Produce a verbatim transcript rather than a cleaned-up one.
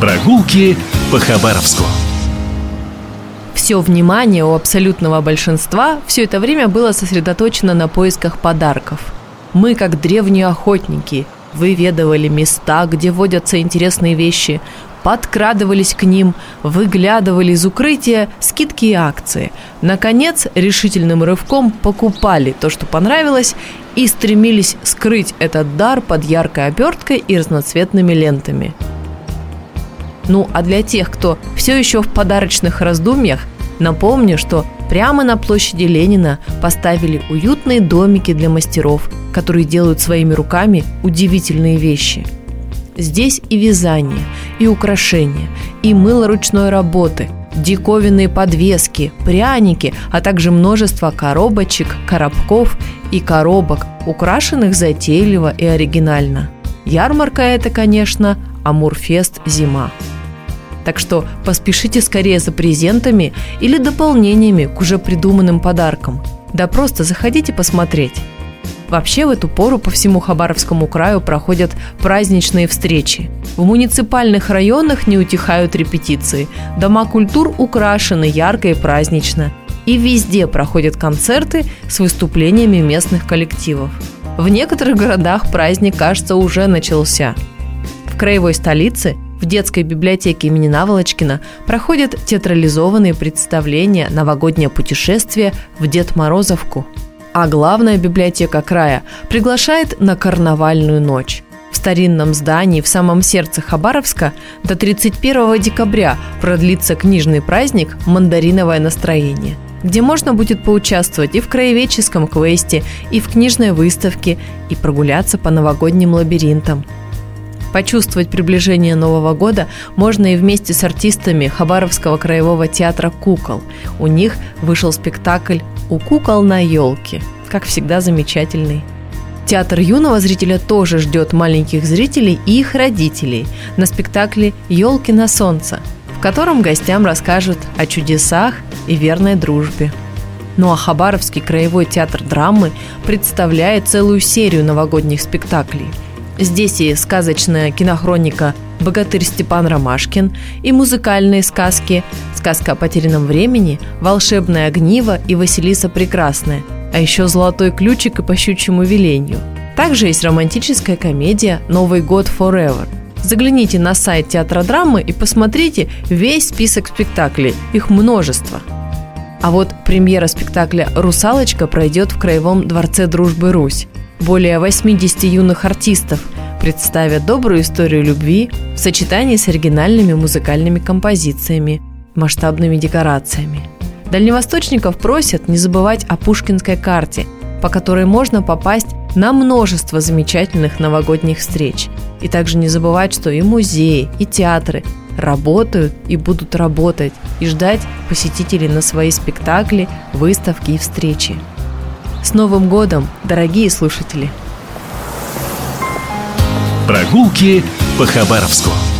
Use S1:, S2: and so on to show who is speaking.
S1: Прогулки по Хабаровску.
S2: Все внимание у абсолютного большинства все это время было сосредоточено на поисках подарков. Мы, как древние охотники, выведывали места, где водятся интересные вещи, подкрадывались к ним, выглядывали из укрытия скидки и акции. Наконец, решительным рывком покупали то, что понравилось, и стремились скрыть этот дар под яркой оберткой и разноцветными лентами. Ну, а для тех, кто все еще в подарочных раздумьях, напомню, что прямо на площади Ленина поставили уютные домики для мастеров, которые делают своими руками удивительные вещи. Здесь и вязание, и украшения, и мыло ручной работы, диковинные подвески, пряники, а также множество коробочек, коробков и коробок, украшенных затейливо и оригинально. Ярмарка это, конечно, Амурфест «Зима». Так что поспешите скорее за презентами или дополнениями к уже придуманным подаркам. Да просто заходите посмотреть. Вообще в эту пору по всему Хабаровскому краю проходят праздничные встречи. В муниципальных районах не утихают репетиции. Дома культур украшены ярко и празднично. И везде проходят концерты с выступлениями местных коллективов. В некоторых городах праздник, кажется, уже начался. В краевой столице в детской библиотеке имени Наволочкина проходят театрализованные представления «Новогоднее путешествие в Дед Морозовку». А главная библиотека края приглашает на карнавальную ночь. В старинном здании в самом сердце Хабаровска до тридцать первого декабря продлится книжный праздник «Мандариновое настроение», где можно будет поучаствовать и в краеведческом квесте, и в книжной выставке, и прогуляться по новогодним лабиринтам. Почувствовать приближение Нового года можно и вместе с артистами Хабаровского краевого театра «Кукол». У них вышел спектакль «У кукол на елке», как всегда замечательный. Театр юного зрителя тоже ждет маленьких зрителей и их родителей на спектакле «Елки на солнце», в котором гостям расскажут о чудесах и верной дружбе. Ну а Хабаровский краевой театр драмы представляет целую серию новогодних спектаклей. Здесь и сказочная кинохроника «Богатырь Степан Ромашкин», и музыкальные сказки «Сказка о потерянном времени», «Волшебное огниво» и «Василиса Прекрасная», а еще «Золотой ключик» и «По щучьему веленью». Также есть романтическая комедия «Новый год Forever». Загляните на сайт театра драмы и посмотрите весь список спектаклей, их множество. А вот премьера спектакля «Русалочка» пройдет в Краевом дворце дружбы «Русь». Более восемьдесят юных артистов представят добрую историю любви в сочетании с оригинальными музыкальными композициями, масштабными декорациями. Дальневосточников просят не забывать о Пушкинской карте, по которой можно попасть на множество замечательных новогодних встреч. И также не забывать, что и музеи, и театры работают и будут работать, и ждать посетителей на свои спектакли, выставки и встречи. С Новым годом, дорогие слушатели!
S1: Прогулки по Хабаровску.